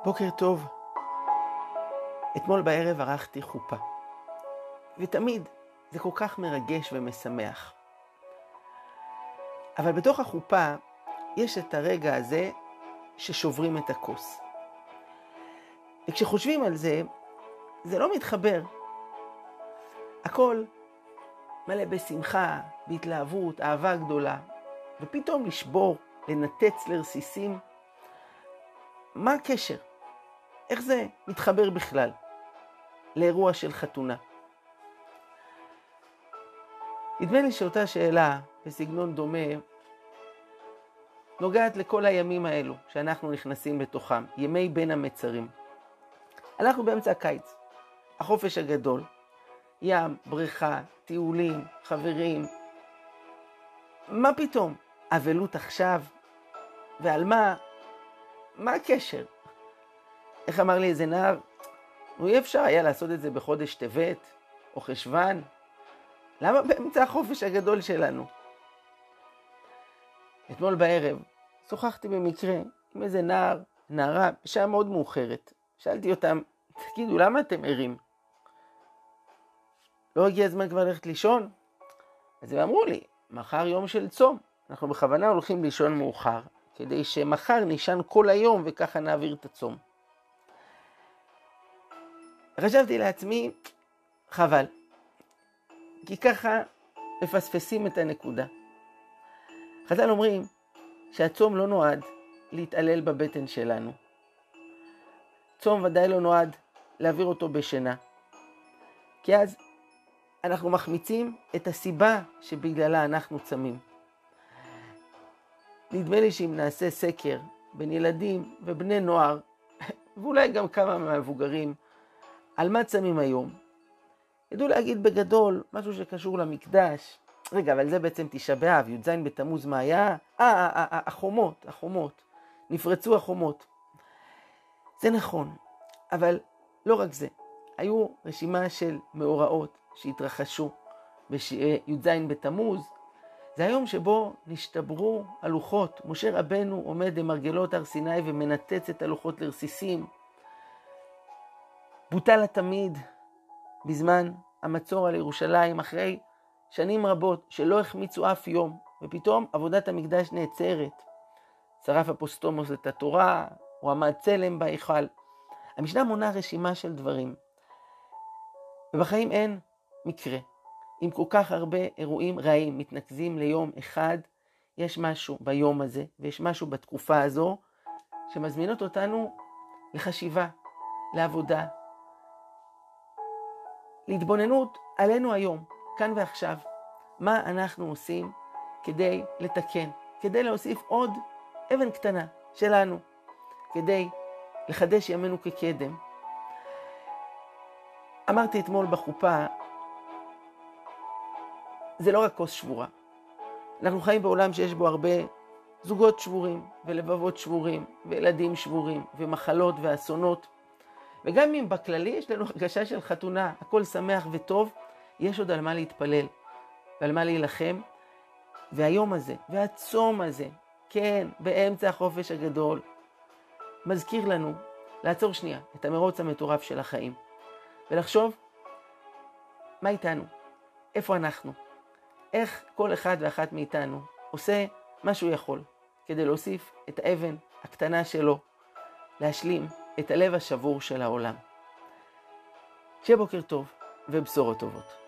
בוקר טוב. אתמול בערב ערכתי חופה. ותמיד זה כל כך מרגש ומשמח. אבל בתוך החופה יש את הרגע הזה ששוברים את הכוס. וכשחושבים על זה, זה לא מתחבר. הכל מלא בשמחה, בהתלהבות, אהבה גדולה. ופתאום לשבור, לנתץ לרסיסים. מה הקשר? איך זה מתחבר בכלל לאירוע של חתונה? נדמה לי שאותה שאלה בסגנון דומה נוגעת לכל הימים האלו שאנחנו נכנסים בתוכם, ימי בין המצרים. אנחנו באמצע הקיץ, החופש הגדול, ים, בריכה, טיולים, חברים. מה פתאום? אבלות עכשיו? ועל מה? מה הקשר? איך אמר לי איזה נער? אי אפשר היה לעשות את זה בחודש טבת או חשוון? למה באמצע החופש הגדול שלנו? אתמול בערב שוחחתי במקרה עם איזה נערה, בשעה מאוד מאוחרת. שאלתי אותם, תגידו, למה אתם ערים? לא הגיע הזמן כבר ללכת לישון? אז הם אמרו לי, מחר יום של צום. אנחנו בכוונה הולכים לישון מאוחר, כדי שמחר נשען כל היום וככה נעביר את הצום. חשבתי לעצמי, חבל, כי ככה מפספסים את הנקודה. חז"ל אומרים שהצום לא נועד להתעלל בבטן שלנו. צום ודאי לא נועד להעביר אותו בשינה. כי אז אנחנו מחמיצים את הסיבה שבגללה אנחנו צמים. נדמה לי שאם נעשה סקר בין ילדים ובני נוער, ואולי גם כמה מהמבוגרים, על מה צמים היום? ידעו להגיד בגדול משהו שקשור למקדש. רגע, אבל זה בעצם תשעה באב, י"ז בתמוז מה היה? החומות. נפרצו החומות. זה נכון, אבל לא רק זה. היו רשימה של מאורעות שהתרחשו בי"ז בתמוז. זה היום שבו נשתברו הלוחות. משה רבנו עומד במרגלות הר סיני ומנתץ את הלוחות לרסיסים. בוטל התמיד בזמן המצור על ירושלים, אחרי שנים רבות שלא החמיצו אף יום, ופתאום עבודת המקדש נעצרת. שרף אפוסטומוס את התורה, הוא עמד צלם בהיכל. המשנה מונה רשימה של דברים. ובחיים אין מקרה. עם כל כך הרבה אירועים רעים מתנקזים ליום אחד, יש משהו ביום הזה, ויש משהו בתקופה הזו, שמזמינות אותנו לחשיבה, לעבודה, להתבוננות עלינו היום, כאן ועכשיו. מה אנחנו עושים כדי לתקן, כדי להוסיף עוד אבן קטנה שלנו, כדי לחדש ימינו כקדם. אמרתי אתמול בחופה, זה לא רק כוס שבורה. אנחנו חיים בעולם שיש בו הרבה זוגות שבורים, ולבבות שבורים, וילדים שבורים, ומחלות ואסונות. וגם אם בכללי יש לנו הרגשה של חתונה, הכל שמח וטוב, יש עוד על מה להתפלל, ועל מה להילחם. והיום הזה, והצום הזה, כן, באמצע החופש הגדול, מזכיר לנו לעצור שנייה את המרוץ המטורף של החיים, ולחשוב, מה איתנו? איפה אנחנו? איך כל אחד ואחת מאיתנו עושה מה שהוא יכול, כדי להוסיף את האבן הקטנה שלו, להשלים את הלב השבור של העולם. שיהיה בוקר טוב ובשורות טובות.